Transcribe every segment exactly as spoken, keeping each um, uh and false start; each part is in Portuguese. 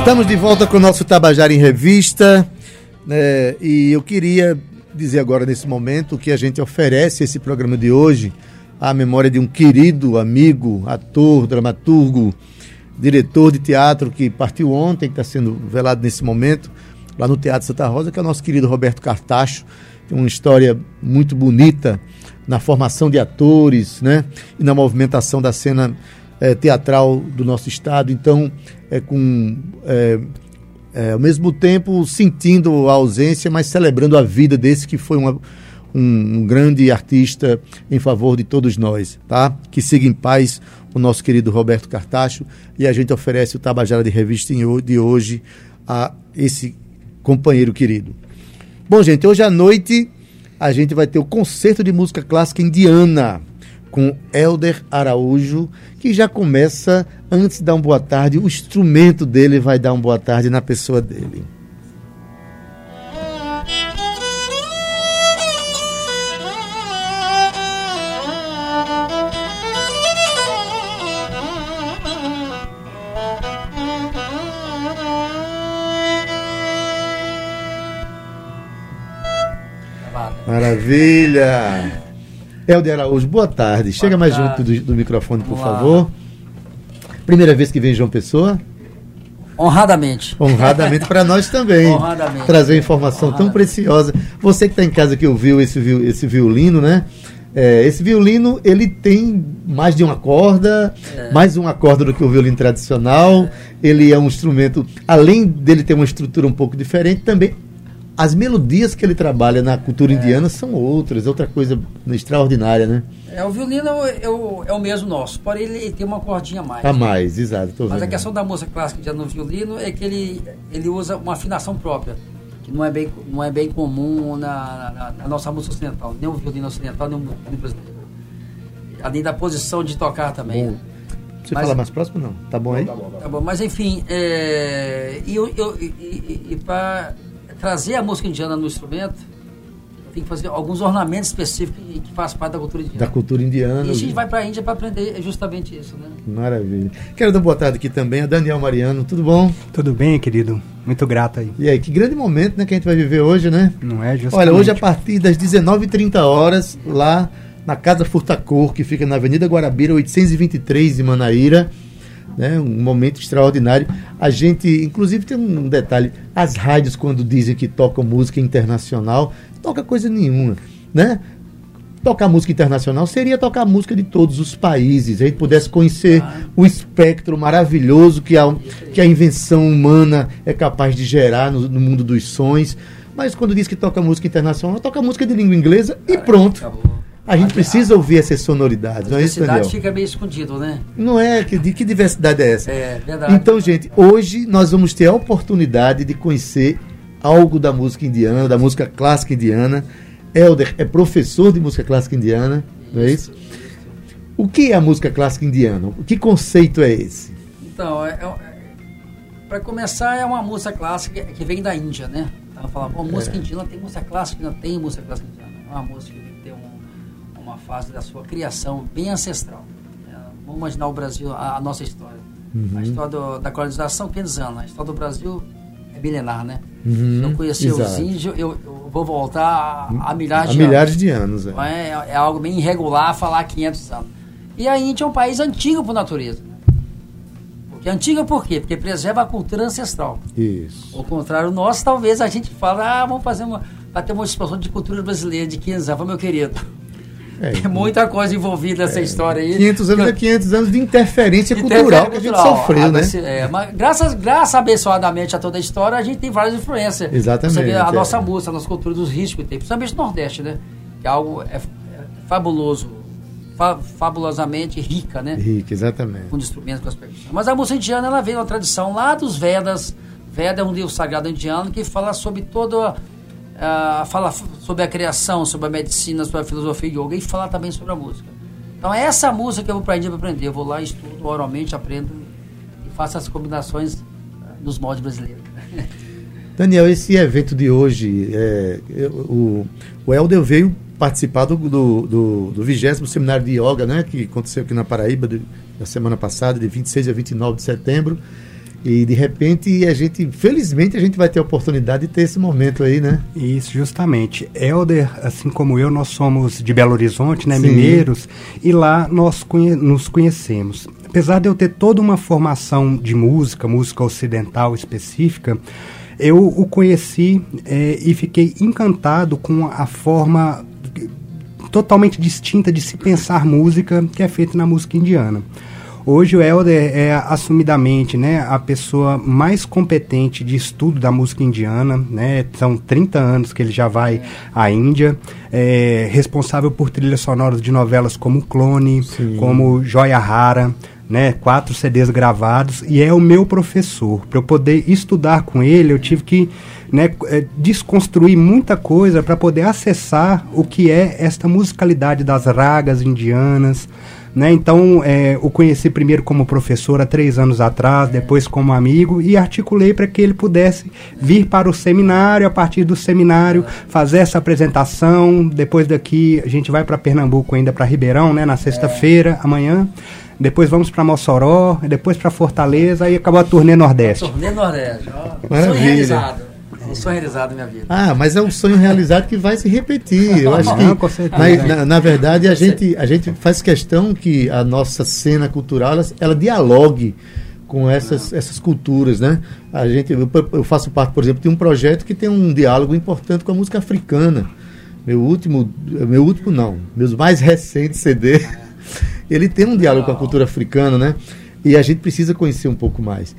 Estamos de volta com o nosso Tabajara em Revista, né? E eu queria dizer agora, nesse momento, que a gente oferece esse programa de hoje à memória de um querido amigo, ator, dramaturgo, diretor de teatro que partiu ontem, que está sendo velado nesse momento, lá no Teatro Santa Rosa, que é o nosso querido Roberto Cartacho. Tem uma história muito bonita na formação de atores, né? E na movimentação da cena é, teatral do nosso estado. Então, é com é, é, ao mesmo tempo sentindo a ausência, mas celebrando a vida desse que foi uma, um, um grande artista em favor de todos nós, tá? Que siga em paz o nosso querido Roberto Cartacho, e a gente oferece o Tabajara de Revista de hoje a esse companheiro querido. Bom, gente, hoje à noite a gente vai ter o concerto de música clássica indiana com Hélder Araújo, que já começa, antes de dar uma boa tarde, o instrumento dele vai dar uma boa tarde na pessoa dele. Maravilha! Hélder Araújo, boa tarde. Chega mais junto do, do microfone, por favor. Primeira vez que vem João Pessoa? Honradamente. Honradamente para nós também. Honradamente. Trazer informação tão preciosa. Você que está em casa que ouviu esse, esse violino, né? É, esse violino, ele tem mais de uma corda, é. mais uma corda do que o violino tradicional. É. Ele é um instrumento, além dele ter uma estrutura um pouco diferente, também as melodias que ele trabalha na cultura é. indiana são outras, outra coisa extraordinária, né? É, o violino é o, é o mesmo nosso, porém ele tem uma cordinha a mais. A mais, exato. Mas vendo. A questão da música clássica indiana no violino é que ele, ele usa uma afinação própria, que não é bem, não é bem comum na, na, na nossa música ocidental, nem o violino ocidental, nem o violino brasileiro. Além da posição de tocar também. Bom. Você fala mais próximo, não? Tá bom aí? Tá bom, tá bom. Mas enfim, é, e, eu, eu, e, e, e para trazer a música indiana no instrumento, tem que fazer alguns ornamentos específicos que, que fazem parte da cultura indiana. Da cultura indiana. E a gente vai para a Índia para aprender justamente isso, né? Maravilha. Quero dar boa tarde aqui também a Daniel Mariano. Tudo bom? Tudo bem, querido. Muito grato aí. E aí, que grande momento, né, que a gente vai viver hoje, né? Não é, justamente. Olha, hoje a partir das dezenove e trinta horas, lá na Casa Furtacor, que fica na Avenida Guarabira, oitocentos e vinte e três, em Manaíra, né, um momento extraordinário. A gente, inclusive, tem um detalhe: as rádios, quando dizem que tocam música internacional, toca coisa nenhuma, né? Tocar música internacional seria tocar música de todos os países, a gente pudesse conhecer ah. o espectro maravilhoso que a, que a invenção humana é capaz de gerar no, no mundo dos sons. Mas quando diz que toca música internacional, toca música de língua inglesa e pronto. Acabou. A gente precisa ouvir essas sonoridades, não é isso, Daniel? A diversidade fica meio escondido, né? Não é? Que, de que diversidade é essa? É, verdade. Então, gente, hoje nós vamos ter a oportunidade de conhecer algo da música indiana, da música clássica indiana. Hélder é professor de música clássica indiana, isso, não é isso? O que é a música clássica indiana? Que conceito é esse? Então, é, é, para começar, é uma música clássica que vem da Índia, né? Então, falar, pô, música é. indiana tem música clássica, não tem música clássica indiana. É uma música que tem um uma fase da sua criação bem ancestral. É, vamos imaginar o Brasil, a, a nossa história. Uhum. A história do, da colonização, quinhentos anos. A história do Brasil é milenar, né? Uhum. Se eu conhecer Exato. os índios, eu, eu vou voltar a, a milhares a de milhares anos. de anos. É. É, é algo bem irregular falar quinhentos anos. E a Índia é um país antigo por natureza. Porque antiga por quê? Porque preserva a cultura ancestral. Isso. Ao contrário nosso, talvez a gente fale, ah, vamos fazer uma... Vai ter uma expansão de cultura brasileira de quinhentos anos, meu querido. É, tem muita coisa envolvida nessa é, história aí. quinhentos anos é quinhentos anos de interferência, de cultural interferência que cultural. a gente sofreu, ah, né? É, mas graças, graças abençoadamente a toda a história, a gente tem várias influências. Exatamente. Você vê a é. nossa música, a nossa cultura dos riscos que tem, principalmente no Nordeste, né? Que é algo é, é fabuloso, fa, fabulosamente rica, né? Rica, exatamente. Com instrumentos, com as percussões. Mas a música indiana, ela vem de uma tradição lá dos Vedas. Veda é um livro sagrado indiano que fala sobre toda... Uh, fala sobre a criação, sobre a medicina, sobre a filosofia yoga e fala também sobre a música. Então é essa música que eu vou para a Índia para aprender. Eu vou lá, estudo oralmente, aprendo e faço as combinações uh, dos moldes brasileiros. Daniel, esse evento de hoje, é, o, o Hélder veio participar do, do, do, do vigésimo Seminário de Yoga, né, que aconteceu aqui na Paraíba de, na semana passada, de vinte e seis a vinte e nove de setembro. E de repente a gente, felizmente, a gente vai ter a oportunidade de ter esse momento aí, né? Isso, justamente. Hélder, assim como eu, nós somos de Belo Horizonte, né, Sim. mineiros, e lá nós conhe- nos conhecemos. Apesar de eu ter toda uma formação de música, música ocidental específica, eu o conheci é, e fiquei encantado com a forma totalmente distinta de se pensar música que é feita na música indiana. Hoje o Hélder é assumidamente, né, a pessoa mais competente de estudo da música indiana, né, são trinta anos que ele já vai à Índia, é responsável por trilhas sonoras de novelas como Clone, Sim. como Joia Rara, né, quatro C Ds gravados, e é o meu professor. Para eu poder estudar com ele, eu tive que, né, desconstruir muita coisa para poder acessar o que é esta musicalidade das ragas indianas, né? Então, é, o conheci primeiro como professor há três anos atrás, depois como amigo, e articulei para que ele pudesse vir para o seminário, a partir do seminário, fazer essa apresentação. Depois daqui, a gente vai para Pernambuco ainda, para Ribeirão, né, na sexta-feira, amanhã. Depois vamos para Mossoró, depois para Fortaleza, e acabou a turnê Nordeste. A turnê Nordeste, ó. Maravilha. Sonho realizado. Um sonho realizado na minha vida. Ah, mas é um sonho realizado que vai se repetir. Eu acho que, Não, com certeza. na, na, na verdade, a gente, a gente faz questão que a nossa cena cultural, ela, ela dialogue com essas, essas culturas, né? A gente, eu, eu faço parte, por exemplo, de um projeto que tem um diálogo importante com a música africana. Meu último, meu último não, meus mais recentes C D, ele tem um diálogo com a cultura africana, né? E a gente precisa conhecer um pouco mais.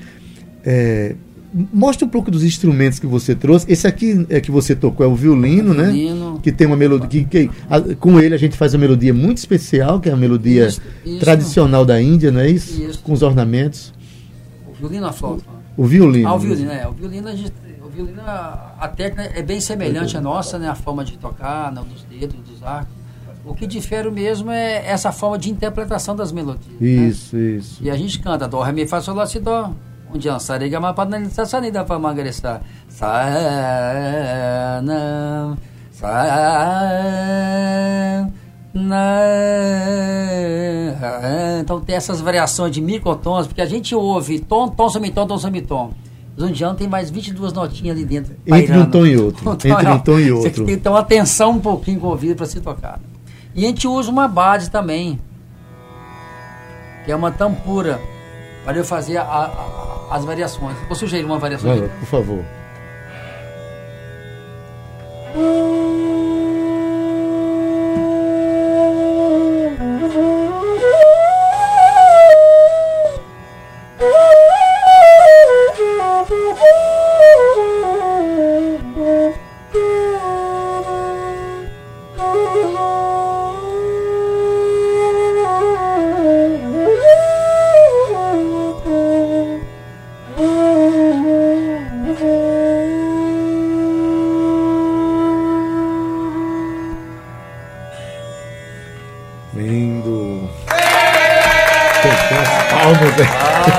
É, mostra um pouco dos instrumentos que você trouxe. Esse aqui é que você tocou, é o violino, né? Violino. Que tem uma melodia, que, que, a, com ele a gente faz uma melodia muito especial, que é a melodia Isso, isso. tradicional da Índia, não é isso? Isso. Com os ornamentos. O violino a flauta. O violino. Ah, o violino, é. O violino, a, gente, o violino a, a técnica é bem semelhante à nossa, né? A forma de tocar, né? Dos dedos, dos arcos. O que difere mesmo é essa forma de interpretação das melodias. Isso, né? isso. E a gente canta dó, ré, mi, fá, sol, lá, si, dó. Um dia, sarega, ma, pa, na, sa, sa, ni, da, fa, ma, ga, re, sa. Sa, na, sa, na. Então tem essas variações de microtons, porque a gente ouve tom, tom, semitom, tom, semitom. Os indianos tem mais vinte e duas notinhas ali dentro. Entre pairando. um tom e outro. Um tom, Entre um tom e Você outro. tem que ter uma atenção um pouquinho com o ouvido para se tocar. E a gente usa uma base também, que é uma tampura, para eu fazer a, a, as variações. Vou sugerir uma variação. Vai lá, por favor. Lindo. Palmas, né?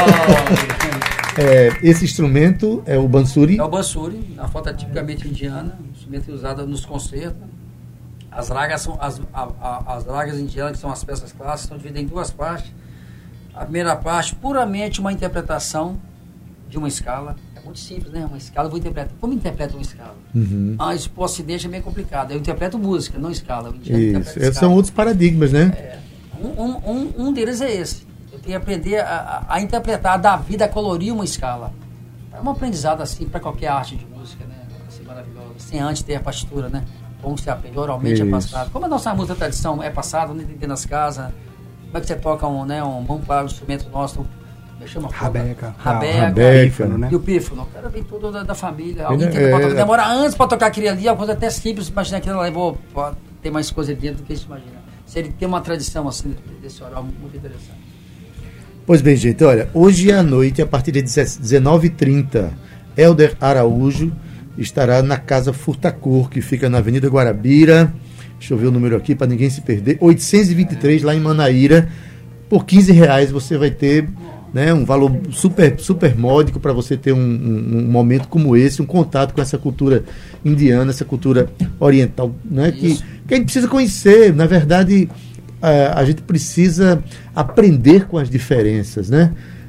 É, esse instrumento é o bansuri. É o bansuri, a flauta tipicamente indiana, um instrumento usado nos concertos. As ragas são as, a, a, as ragas indianas, que são as peças clássicas, são divididas em duas partes. A primeira parte, puramente uma interpretação de uma escala. É muito simples, né? Uma escala, eu vou interpretar. Como interpreta uma escala? Uhum. Ah, isso pro ocidente é meio complicado. Eu interpreto música, não escala. O indiano Isso. interpreta Esses escala. são outros paradigmas, né? É, um, um, um, um deles é esse. Eu tenho que aprender a, a, a interpretar, a dar vida, a colorir uma escala. É um aprendizado assim para qualquer arte de música, né? Assim, maravilhoso. Sem antes ter a partitura, né? Como se aprende, oralmente Isso. é passado. Como a nossa música tradição é passada, né? Tem nas casas. Como é que você toca um, né? Um bom para o instrumento nosso? Como é que chama? Rabeca. Rabeca. Rabeca. Pífano, né? E o pífano, o cara vem todo da, da família. Alguém Ele tem que é- botar- demora anos para tocar aquele ali, alguma coisa até simples, imagina que ela levou, pô, tem mais coisa dentro do que a gente imagina. Se ele tem uma tradição assim, desse oral muito interessante. Pois bem, gente, olha, hoje à noite, a partir de dezenove e trinta, Hélder Araújo estará na Casa Furtacor, que fica na Avenida Guarabira. Deixa eu ver o número aqui para ninguém se perder. oitocentos e vinte e três, lá em Manaíra. Por quinze reais você vai ter, né, um valor super, super módico para você ter um, um, um momento como esse, um contato com essa cultura indiana, essa cultura oriental, né, que, que a gente precisa conhecer. Na verdade, a, a gente precisa aprender com as diferenças, né?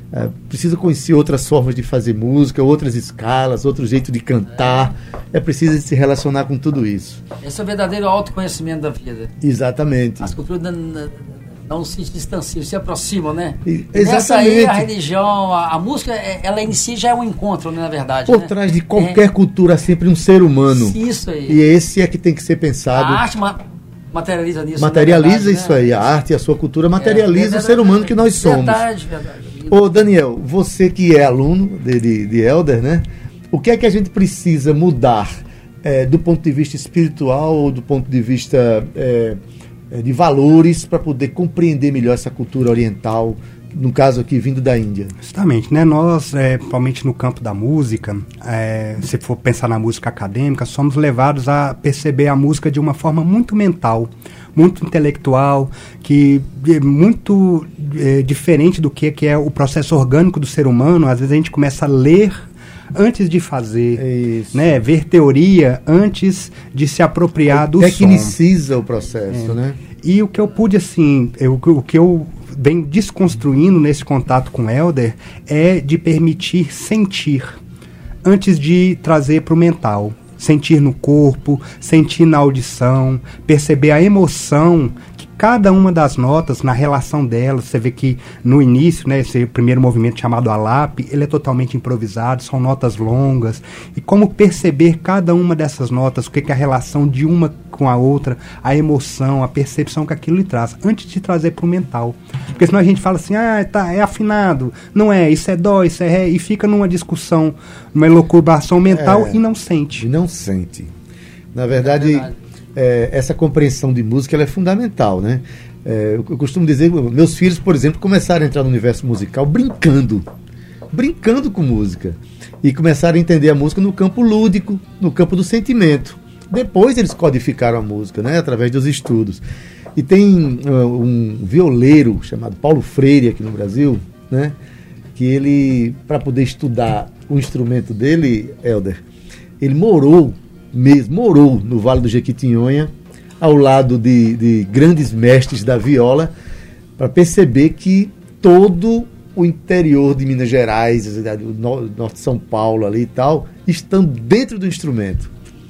É, precisa conhecer outras formas de fazer música, outras escalas, outro jeito de cantar. É, é preciso se relacionar com tudo isso. Esse é o verdadeiro autoconhecimento da vida. Exatamente. As culturas não, não se distanciam, se aproximam, né? E, exatamente. Nessa aí, a religião, a, a música, ela em si já é um encontro, né, na verdade. Por né? trás de qualquer é, cultura há sempre um ser humano. Isso aí. E esse é que tem que ser pensado. A arte ma materializa nisso. Materializa verdade, isso né? aí. A arte e a sua cultura materializa é, é, o ser humano que nós somos. Verdade, verdade. Ô Daniel, você que é aluno de, de, de Helder, né? O que é que a gente precisa mudar é, do ponto de vista espiritual ou do ponto de vista é, de valores para poder compreender melhor essa cultura oriental, no caso aqui vindo da Índia? Justamente, né? Nós, é, principalmente no campo da música, é, se for pensar na música acadêmica, somos levados a perceber a música de uma forma muito mental, muito intelectual, que é muito é, diferente do que, que é o processo orgânico do ser humano. Às vezes a gente começa a ler antes de fazer, Isso. né? Ver teoria antes de se apropriar do som. Tecniciza o processo, é. né? E o que eu pude, assim, eu, o que eu venho desconstruindo nesse contato com o Helder é de permitir sentir antes de trazer para o mental. Sentir no corpo, sentir na audição, perceber a emoção que cada uma das notas, na relação delas, você vê que no início, né, esse primeiro movimento chamado Alap, ele é totalmente improvisado, são notas longas, e como perceber cada uma dessas notas, o que é a relação de uma com a outra, a emoção, a percepção que aquilo lhe traz, antes de trazer para o mental. Porque senão a gente fala assim, ah, tá, é afinado, não é, isso é dó, isso é ré, e fica numa discussão, numa elucubração mental é, e não sente. E não sente. Na verdade, é verdade. É, essa compreensão de música ela é fundamental, né? É, eu, eu costumo dizer, meus filhos, por exemplo, começaram a entrar no universo musical brincando, brincando com música, e começaram a entender a música no campo lúdico, no campo do sentimento. Depois eles codificaram a música, né, através dos estudos. E tem uh, um violeiro chamado Paulo Freire aqui no Brasil, né, que ele, para poder estudar o instrumento dele, Helder, ele morou mesmo, morou no Vale do Jequitinhonha, ao lado de, de grandes mestres da viola, para perceber que todo o interior de Minas Gerais, o norte de São Paulo ali e tal, estão dentro do instrumento.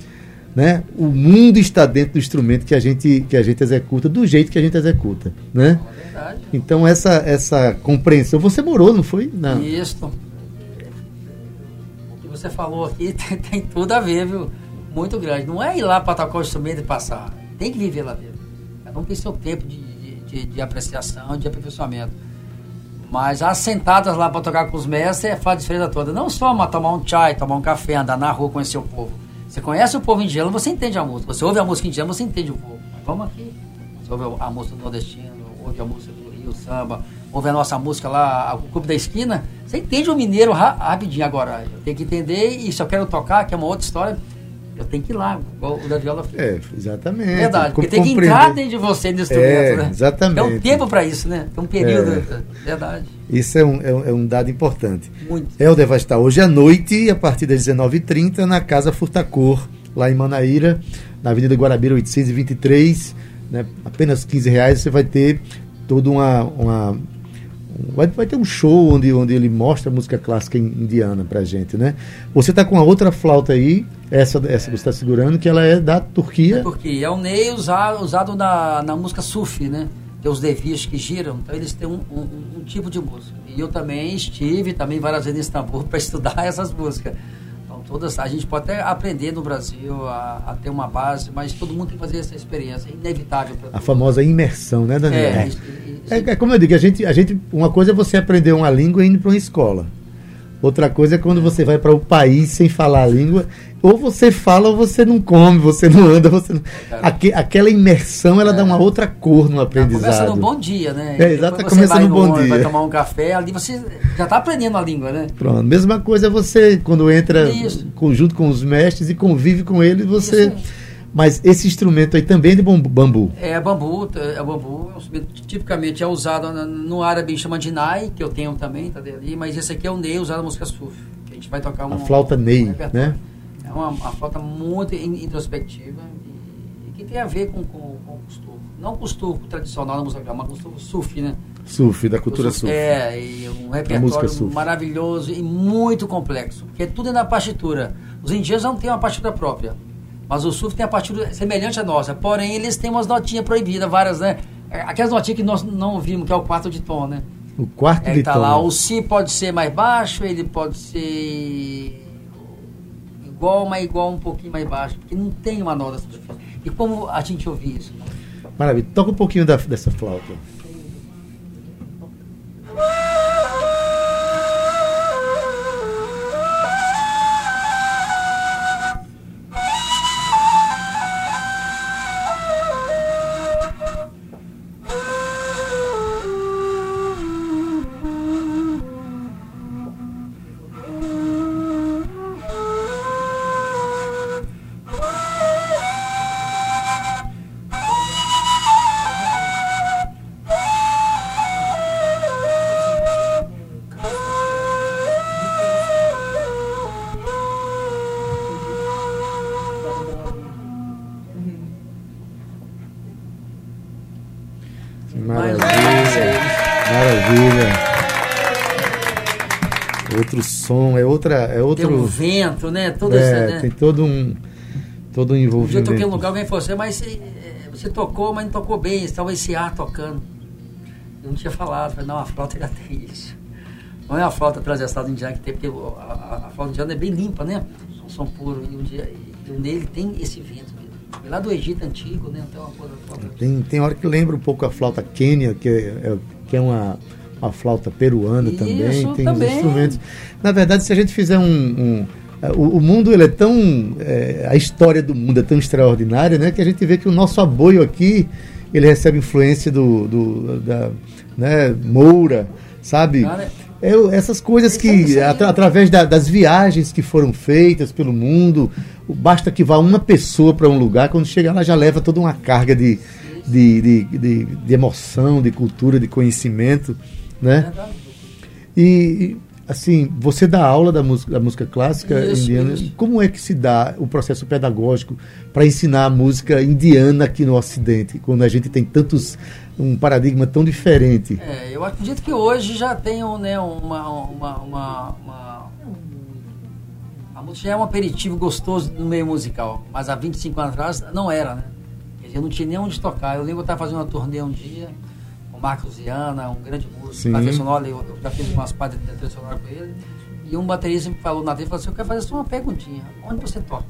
Né? O mundo está dentro do instrumento que a gente, que a gente executa, do jeito que a gente executa, né? É então essa, essa compreensão, você morou, não foi? Não. Isso. O que você falou aqui tem, tem tudo a ver, viu? Muito grande. Não é ir lá para tocar o instrumento e passar, tem que viver lá dentro. Cada um tem seu tempo de, de, de, de apreciação, de aperfeiçoamento. Mas as sentadas lá para tocar com os mestres é faz a diferença toda. Não só uma, tomar um chai, tomar um café, andar na rua, conhecer o povo. Você conhece o povo indiano, você entende a música. Você ouve a música indiana, você entende o povo. Mas vamos aqui. Você ouve a música do nordestino, ouve a música do Rio, samba, ouve a nossa música lá, o Clube da Esquina. Você entende o mineiro ra rapidinho. Agora, eu tenho que entender, e se eu quero tocar, que é uma outra história, eu tenho que ir lá, igual o da viola fez. É, exatamente. Verdade, porque tem que entrar dentro de você no instrumento, é, né? Exatamente. Tem um tempo para isso, né? Tem um período. É. Verdade. Isso é um, é, um, é um dado importante. Muito. Helder vai estar hoje à noite, a partir das dezenove e trinta, na Casa Furtacor, lá em Manaíra, na Avenida Guarabira oitocentos e vinte e três, né? Apenas quinze reais, você vai ter toda uma... uma vai, vai ter um show onde, onde ele mostra a música clássica indiana pra gente, né? Você tá com a outra flauta aí, essa, essa é. que você está segurando, que ela é da Turquia. Da Turquia. É o ney usado, usado na, na música sufi, né? Tem os devias que giram, então eles têm um, um, um tipo de música. E eu também estive também várias vezes em Istambul para estudar essas músicas. Então todas, a gente pode até aprender no Brasil a, a ter uma base, mas todo mundo tem que fazer essa experiência, é inevitável. A famosa imersão, né, Daniel? É, é, é, é como eu digo, a gente, a gente, uma coisa é você aprender uma língua indo para uma escola. Outra coisa é quando você vai para o país sem falar a língua, ou você fala ou você não come, você não anda, você não... Aque, aquela imersão, ela é. dá uma outra cor no aprendizado. Começa no bom dia, né? É, exato, começa no bom dia. Vai tomar um café, ali você já está aprendendo a língua, né? Pronto, mesma coisa você, quando entra com, junto com os mestres e convive com eles, você... Mas esse instrumento aí também é de bambu? É bambu, é bambu, é um instrumento que tipicamente é usado no árabe, chama de nai, que eu tenho também, tá ali, mas esse aqui é o ney usado na música sufi, que a gente vai tocar um... A flauta ney, um né? É uma, uma flauta muito introspectiva e, e que tem a ver com, com, com o costume. Não o costume tradicional da música clássica, mas o costume sufi, né? Surf, da cultura surf. É, e um repertório maravilhoso e muito complexo, porque tudo é na partitura. Os indianos não têm uma partitura própria, mas o surf tem a partitura semelhante à nossa, porém eles têm umas notinhas proibidas, várias, né? Aquelas notinhas que nós não ouvimos, que é o quarto de tom, né? O quarto é, de tá tom. Lá, o si pode ser mais baixo, ele pode ser igual, mas igual um pouquinho mais baixo, porque não tem uma nota. E como a gente ouve isso? Maravilha. Toca um pouquinho da, dessa flauta. Outro som, é outra, é outro. Tem um vento, né? Todo é, esse, né? Tem todo um, todo um envolvimento. Um dia eu toquei em um lugar, alguém falou assim, mas você, você tocou, mas não tocou bem, estava esse ar tocando. Eu não tinha falado, falei, não, a flauta já tem isso. Não é a flauta transversal indiana que tem, porque a, a, a flauta indiana é bem limpa, né? Um som puro, e, um dia, e nele tem esse vento mesmo. E lá do Egito antigo, né? Tem, uma coisa, flauta... tem, tem hora que lembra um pouco a flauta quênia, que é, é, que é uma... a flauta peruana Isso, também, tem também. os instrumentos. Na verdade, se a gente fizer um... um o, o mundo, ele é tão... É, a história do mundo é tão extraordinária, né, que a gente vê que o nosso aboio aqui, ele recebe influência do... do da, né, Moura, sabe? Cara, é, essas coisas que, atra, através da, das viagens que foram feitas pelo mundo, basta que vá uma pessoa para um lugar, quando chega lá já leva toda uma carga de, de, de, de, de emoção, de cultura, de conhecimento, né? E, assim, você dá aula da música, da música clássica isso, indiana. Isso. Como é que se dá o processo pedagógico para ensinar a música indiana aqui no Ocidente, quando a gente tem tantos, um paradigma tão diferente? É, eu acredito que hoje já tem um, né, uma, uma, uma, uma... A música já é um aperitivo gostoso no meio musical, mas há vinte e cinco anos atrás não era, né? Quer dizer, eu não tinha nem onde tocar. Eu lembro que eu estava fazendo uma turnê um dia, Marcos Viana, um grande músico, na trilha sonora, eu, eu já fiz umas partes da trilha sonora com ele, e um baterista me falou na trilha, falou assim, eu quero fazer só uma perguntinha, onde você toca?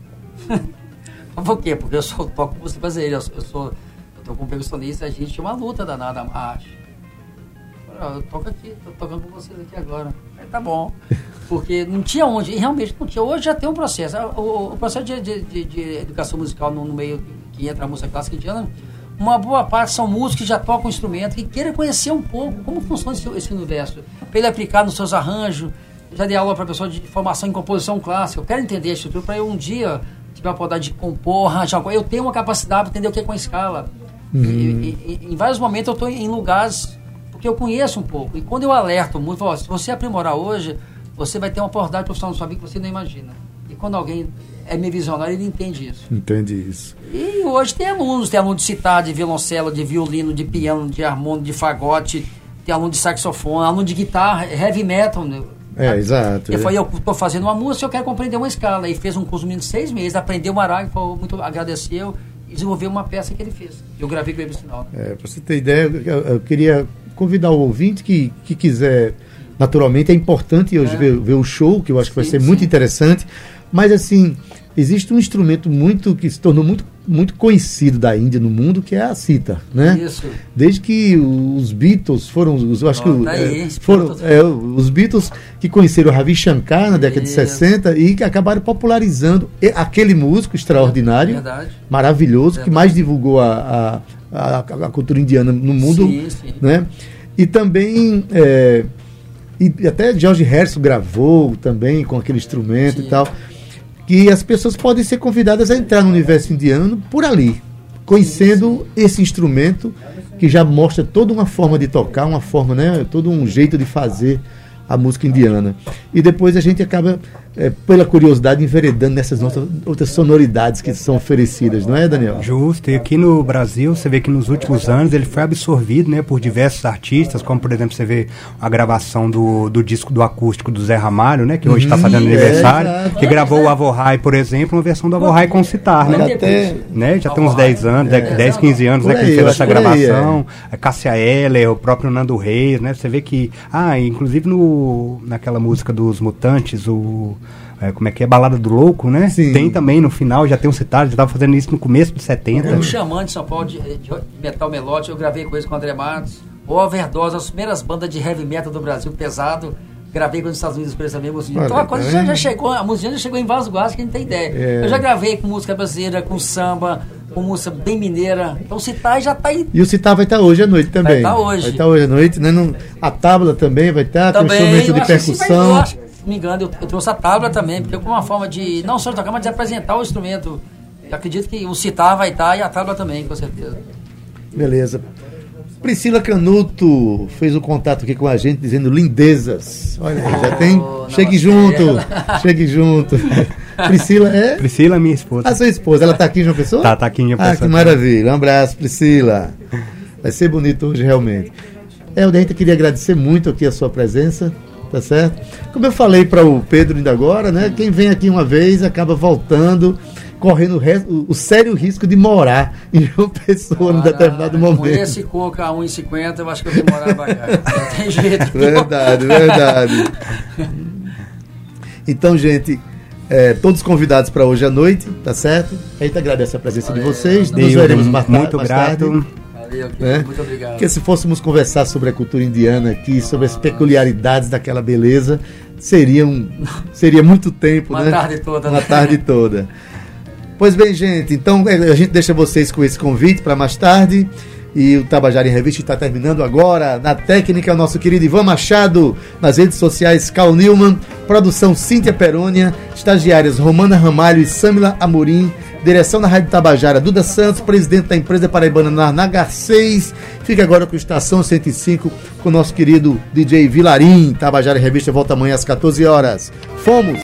Por quê? Porque eu só toco música brasileira, eu, eu sou, eu tô com um percussionista, a gente tinha uma luta danada, a arte. Eu toco aqui, tô tocando com vocês aqui agora. Aí tá bom, porque não tinha onde, e realmente não tinha, hoje já tem um processo, o, o processo de, de, de, de educação musical no, no meio que entra a música clássica indiana, uma boa parte são músicos que já tocam instrumento, que queiram conhecer um pouco como funciona esse, esse universo, para ele aplicar nos seus arranjos. Eu já dei aula para pessoa de formação em composição clássica, eu quero entender a estrutura, para eu um dia tiver a oportunidade de compor, arranjar, eu tenho uma capacidade para entender o que é com a escala. Uhum. E, e, e, em vários momentos eu estou em lugares, porque eu conheço um pouco, e quando eu alerto muito, falo, se você aprimorar hoje, você vai ter uma oportunidade profissional na sua vida que você não imagina. E quando alguém é meio visionário, ele entende isso. Entende isso. E hoje tem alunos, tem aluno de citar, de violoncelo, de violino, de piano, de harmônio, de fagote, tem aluno de saxofone, aluno de guitarra, heavy metal. Né? É, a, exato. Eu é. falei, eu estou fazendo uma música, eu quero compreender uma escala. E fez um curso de seis meses, aprendeu uma arague, muito agradeceu e desenvolveu uma peça que ele fez. Eu gravei com ele no sinal. É, para você ter ideia, eu, eu queria convidar o ouvinte que, que quiser, naturalmente, é importante hoje é. ver, ver o show, que eu acho sim, que vai ser sim. muito interessante, mas assim... Existe um instrumento muito que se tornou muito, muito conhecido da Índia no mundo, que é a cítara, né? Isso. Desde que os Beatles foram, os, eu acho oh, que daí, é, foram é, os Beatles que conheceram o Ravi Shankar na década Isso. de sessenta e que acabaram popularizando aquele músico extraordinário, Verdade. maravilhoso, Verdade. que mais divulgou a, a, a, a cultura indiana no mundo, sim, sim. né? E também é, e até George Harrison gravou também com aquele instrumento sim. e tal. Que as pessoas podem ser convidadas a entrar no universo indiano por ali, conhecendo esse instrumento que já mostra toda uma forma de tocar, uma forma, né, todo um jeito de fazer a música indiana. E depois a gente acaba é, pela curiosidade, enveredando nessas nossas, outras sonoridades que são oferecidas, não é, Daniel? Justo, e aqui no Brasil, você vê que nos últimos anos ele foi absorvido, né, por diversos artistas, como por exemplo, você vê a gravação do, do disco do acústico do Zé Ramalho, né, que hoje está uhum, fazendo aniversário, é, que gravou o Avohai, por exemplo, uma versão do Avohai com citar, né? Já, até, né, já tem uns dez anos, é, dez, quinze anos, né, que ele fez essa gravação, aí, é. a Cássia Eller, o próprio Nando Reis, né, você vê que, ah, inclusive no, naquela música dos Mutantes, o É, como é que é? Balada do Louco, né? Sim. Tem também no final, já tem um citado, já estava fazendo isso no começo de setenta. O Xamã de São Paulo, de, de metal melódico, eu gravei com eles com o André Matos. O Overdose, as primeiras bandas de heavy metal do Brasil, pesado, gravei com os Estados Unidos com eles também. Então a coisa já, já chegou, a música já chegou em Vaso Guardas, que a gente tem ideia. É. Eu já gravei com música brasileira, com samba, com música bem mineira. Então o Citar já está aí. E o Citar vai estar tá hoje à noite também. Vai estar tá hoje. Vai estar tá hoje à noite, né? Não, a tábua também vai estar, tá, tem um instrumento de percussão. Vai, não me engano, eu, eu trouxe a tábua também, porque como uma forma de, não só de tocar, mas de apresentar o instrumento. Eu acredito que o Citar vai estar e a tábua também, com certeza. Beleza. Priscila Canuto fez um contato aqui com a gente, dizendo lindezas. Olha, oh, já tem. Chegue junto, chegue junto. Priscila é? Priscila, minha esposa. A sua esposa, ela está aqui em João Pessoa? Tá, tá aqui em João Pessoa. Ah, que maravilha. Um abraço, Priscila. Vai ser bonito hoje, realmente. É, o Daíta queria agradecer muito aqui a sua presença. Tá certo? Como eu falei para o Pedro ainda agora, né? Quem vem aqui uma vez acaba voltando, correndo o, res, o, o sério risco de morar em uma pessoa em determinado momento. Com esse coco a um e cinquenta, eu acho que eu vou morar pra cá. Não tem jeito. Verdade, verdade. Então, gente, é, todos convidados para hoje à noite, tá certo? A gente agradece a presença Valeu. de vocês. Nos veremos mais, muito mais grato. tarde. Né? Muito obrigado. Porque se fôssemos conversar sobre a cultura indiana aqui, sobre as peculiaridades daquela beleza, seria, um, seria muito tempo, Uma né? tarde toda. Uma né? tarde toda. Pois bem, gente, então a gente deixa vocês com esse convite para mais tarde. E o Tabajara em Revista está terminando agora. Na técnica, o nosso querido Ivan Machado. Nas redes sociais, Carl Newman. Produção, Cíntia Perônia. Estagiárias, Romana Ramalho e Samila Amorim. Direção da Rádio Tabajara, Duda Santos. Presidente da empresa paraibana Narnagar seis. Fica agora com Estação cento e cinco, com o nosso querido D J Vilarim. Tabajara em Revista volta amanhã às quatorze horas. Fomos!